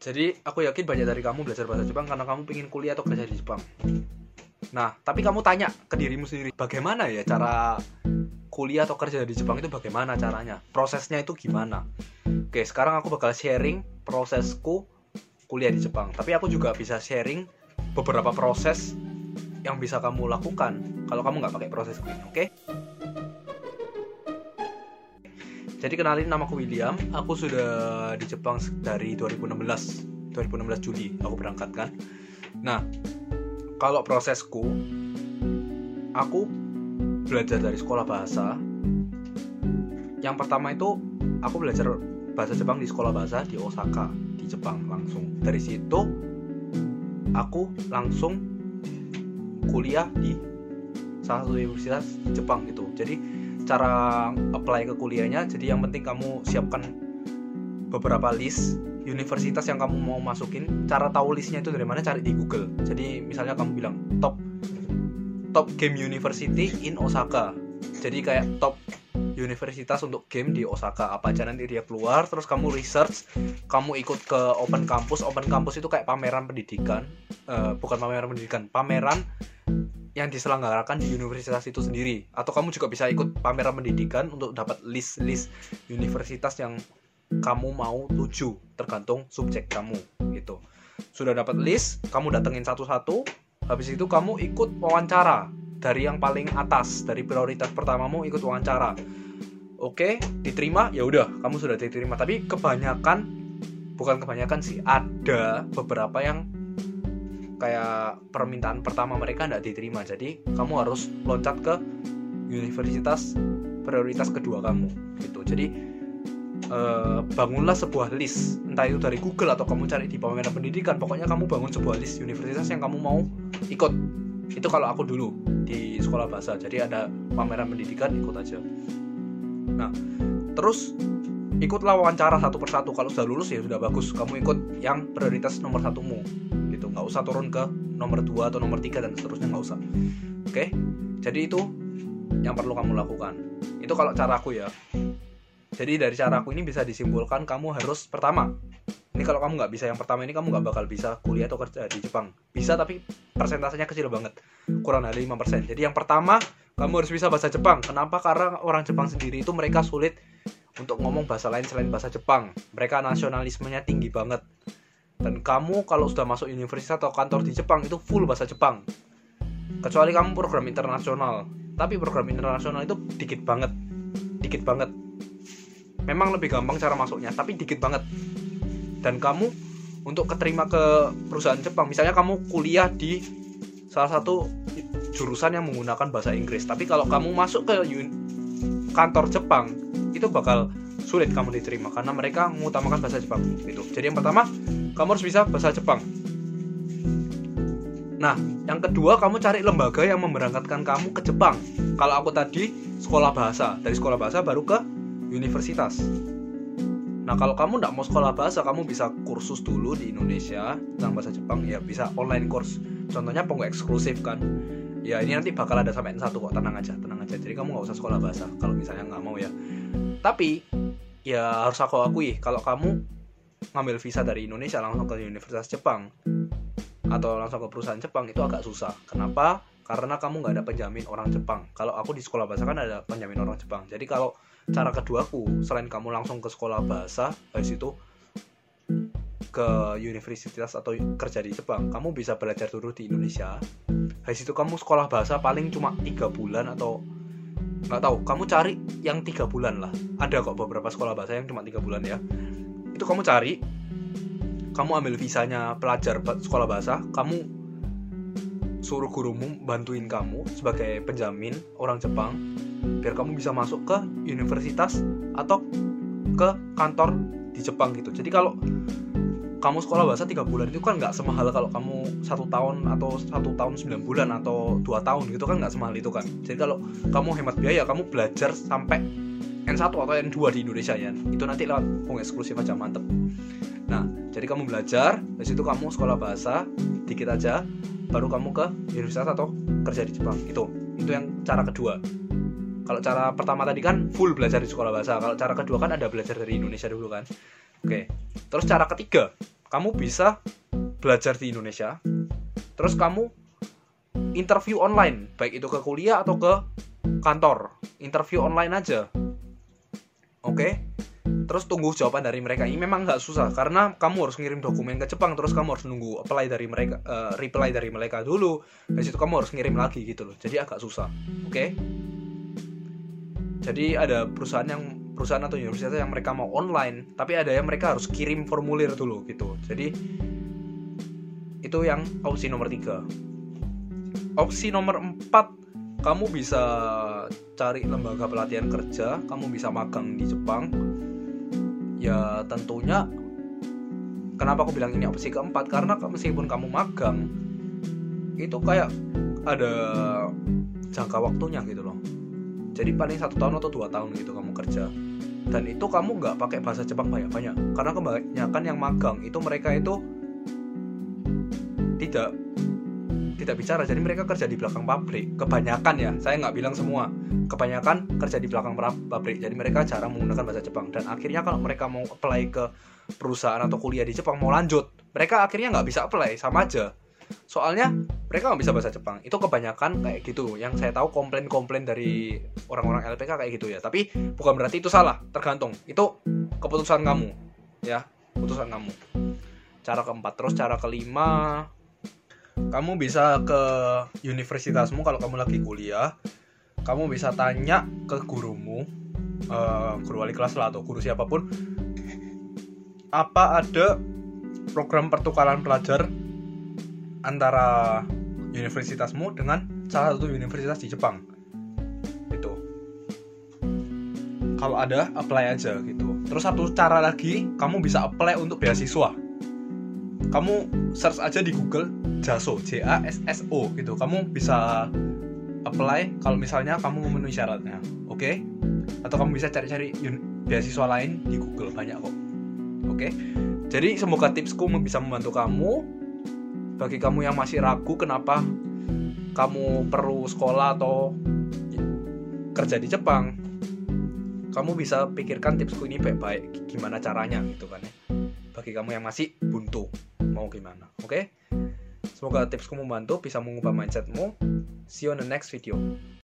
Jadi aku yakin banyak dari kamu belajar bahasa Jepang karena kamu pengen kuliah atau kerja di Jepang. Nah, tapi kamu tanya ke dirimu sendiri, bagaimana ya cara kuliah atau kerja di Jepang itu, bagaimana caranya? Prosesnya itu gimana? Oke, sekarang aku bakal sharing prosesku kuliah di Jepang. Tapi aku juga bisa sharing beberapa proses yang bisa kamu lakukan kalau kamu nggak pakai prosesku ini, oke? Jadi kenalin, namaku William. Aku sudah di Jepang dari 2016 Juli aku berangkat kan. Nah, kalau prosesku, aku belajar dari sekolah bahasa. Yang pertama itu aku belajar bahasa Jepang di sekolah bahasa di Osaka, di Jepang langsung. Dari situ aku langsung kuliah di salah satu universitas Jepang gitu. Jadi cara apply ke kuliahnya, jadi yang penting kamu siapkan beberapa list universitas yang kamu mau masukin. Cara tahu listnya itu dari mana? Cari di Google. Jadi misalnya kamu bilang top game university in Osaka, jadi kayak top universitas untuk game di Osaka apa aja, nanti dia keluar. Terus kamu research, kamu ikut ke open campus. Open campus itu kayak pameran pendidikan, bukan pameran pendidikan, pameran yang diselenggarakan di universitas itu sendiri. Atau kamu juga bisa ikut pameran pendidikan untuk dapat list universitas yang kamu mau tuju, tergantung subjek kamu gitu. Sudah dapat list, kamu datengin satu-satu. Habis itu kamu ikut wawancara dari yang paling atas, dari prioritas pertamamu ikut wawancara. Oke, diterima, ya udah, kamu sudah diterima. Tapi bukan kebanyakan sih, ada beberapa yang kayak permintaan pertama mereka tidak diterima. Jadi kamu harus loncat ke universitas prioritas kedua kamu gitu. Jadi bangunlah sebuah list, entah itu dari Google atau kamu cari di pameran pendidikan. Pokoknya kamu bangun sebuah list universitas yang kamu mau ikut. Itu kalau aku dulu di sekolah bahasa. Jadi ada pameran pendidikan, ikut aja. Nah, terus ikutlah wawancara satu persatu. Kalau sudah lulus ya sudah bagus, kamu ikut yang prioritas nomor satumu gitu. Nggak usah turun ke nomor 2 atau nomor 3 dan seterusnya, nggak usah. Oke? Jadi itu yang perlu kamu lakukan. Itu kalau caraku ya. Jadi dari caraku ini bisa disimpulkan, kamu harus pertama, ini kalau kamu nggak bisa yang pertama ini, kamu nggak bakal bisa kuliah atau kerja di Jepang. Bisa tapi persentasenya kecil banget, kurang dari 5%. Jadi yang pertama, kamu harus bisa bahasa Jepang. Kenapa? Karena orang Jepang sendiri itu mereka sulit untuk ngomong bahasa lain selain bahasa Jepang. Mereka nasionalismenya tinggi banget. Dan kamu kalau sudah masuk universitas atau kantor di Jepang itu full bahasa Jepang. Kecuali kamu program internasional. Tapi program internasional itu dikit banget. Memang lebih gampang cara masuknya, tapi dikit banget. Dan kamu untuk keterima ke perusahaan Jepang, misalnya kamu kuliah di salah satu jurusan yang menggunakan bahasa Inggris, tapi kalau kamu masuk ke kantor Jepang, itu bakal sulit kamu diterima karena mereka mengutamakan bahasa Jepang gitu. Jadi yang pertama, kamu harus bisa bahasa Jepang. Nah, yang kedua, kamu cari lembaga yang memberangkatkan kamu ke Jepang. Kalau aku tadi sekolah bahasa, dari sekolah bahasa baru ke universitas. Nah, kalau kamu nggak mau sekolah bahasa, kamu bisa kursus dulu di Indonesia tentang bahasa Jepang. Ya bisa online course. Contohnya Pongo eksklusif kan. Ya ini nanti bakal ada sampai N1 kok, tenang aja. Jadi kamu nggak usah sekolah bahasa kalau misalnya nggak mau ya. Tapi ya harus aku akui, kalau kamu ngambil visa dari Indonesia langsung ke Universitas Jepang atau langsung ke perusahaan Jepang itu agak susah. Kenapa? Karena kamu nggak ada penjamin orang Jepang. Kalau aku di sekolah bahasa kan ada penjamin orang Jepang. Jadi kalau cara keduaku, selain kamu langsung ke sekolah bahasa, habis itu ke universitas atau kerja di Jepang, kamu bisa belajar dulu di Indonesia. Habis itu kamu sekolah bahasa paling cuma 3 bulan atau nggak tahu, kamu cari yang 3 bulan lah. Ada kok beberapa sekolah bahasa yang cuma 3 bulan ya. Itu kamu cari, kamu ambil visanya pelajar sekolah bahasa, kamu suruh gurumu bantuin kamu sebagai penjamin orang Jepang biar kamu bisa masuk ke universitas atau ke kantor di Jepang gitu. Jadi kalau kamu sekolah bahasa 3 bulan itu kan nggak semahal kalau kamu 1 tahun atau 1 tahun 9 bulan atau 2 tahun gitu kan, nggak semahal itu kan. Jadi kalau kamu hemat biaya, kamu belajar sampai N1 atau N2 di Indonesia ya, itu nanti lewat Pongo eksklusif aja, mantep. Nah, jadi kamu belajar, habis itu kamu sekolah bahasa dikit aja, baru kamu ke universitas atau kerja di Jepang. Itu yang cara kedua. Kalau cara pertama tadi kan full belajar di sekolah bahasa. Kalau cara kedua kan ada belajar dari Indonesia dulu kan. Oke. Terus cara ketiga, kamu bisa belajar di Indonesia, terus kamu interview online, baik itu ke kuliah atau ke kantor, interview online aja. Oke? Terus tunggu jawaban dari mereka. Ini memang nggak susah karena kamu harus ngirim dokumen ke Jepang, terus kamu harus nunggu apply dari mereka, reply dari mereka dulu. Dari situ kamu harus ngirim lagi gitu loh. Jadi agak susah. Oke? Jadi ada perusahaan atau universitas yang mereka mau online, tapi ada yang mereka harus kirim formulir dulu gitu. Jadi itu yang opsi nomor 3. Opsi nomor 4, kamu bisa cari lembaga pelatihan kerja, kamu bisa magang di Jepang. Ya tentunya kenapa aku bilang ini opsi keempat, karena meskipun kamu magang itu kayak ada jangka waktunya gitu loh. Jadi paling 1 tahun atau 2 tahun gitu kamu kerja. Dan itu kamu nggak pakai bahasa Jepang banyak-banyak, karena kebanyakan yang magang itu mereka itu tidak bicara. Jadi mereka kerja di belakang pabrik. Kebanyakan ya, saya nggak bilang semua. Kebanyakan kerja di belakang pabrik. Jadi mereka jarang menggunakan bahasa Jepang. Dan akhirnya kalau mereka mau apply ke perusahaan atau kuliah di Jepang, mau lanjut, mereka akhirnya nggak bisa apply, sama aja. Soalnya mereka nggak bisa bahasa Jepang. Itu kebanyakan kayak gitu. Yang saya tahu komplain dari orang-orang LPK kayak gitu ya. Tapi bukan berarti itu salah, tergantung. Itu keputusan kamu, ya, keputusan kamu. Cara keempat. Terus cara kelima, kamu bisa ke universitasmu kalau kamu lagi kuliah. Kamu bisa tanya ke gurumu, guru wali kelas lah atau guru siapapun, apa ada program pertukaran pelajar antara universitasmu dengan salah satu universitas di Jepang gitu. Kalau ada, apply aja gitu. Terus satu cara lagi, kamu bisa apply untuk beasiswa. Kamu search aja di Google JASO, JASSO gitu. Kamu bisa apply kalau misalnya kamu memenuhi syaratnya. Oke? Atau kamu bisa cari-cari beasiswa lain di Google, banyak kok. Oke? Jadi semoga tipsku bisa membantu kamu. Bagi kamu yang masih ragu kenapa kamu perlu sekolah atau kerja di Jepang, kamu bisa pikirkan tipsku ini baik-baik, gimana caranya gitu kan ya. Bagi kamu yang masih buntu, mau gimana, oke? Semoga tipsku membantu, bisa mengubah mindsetmu. See you on the next video.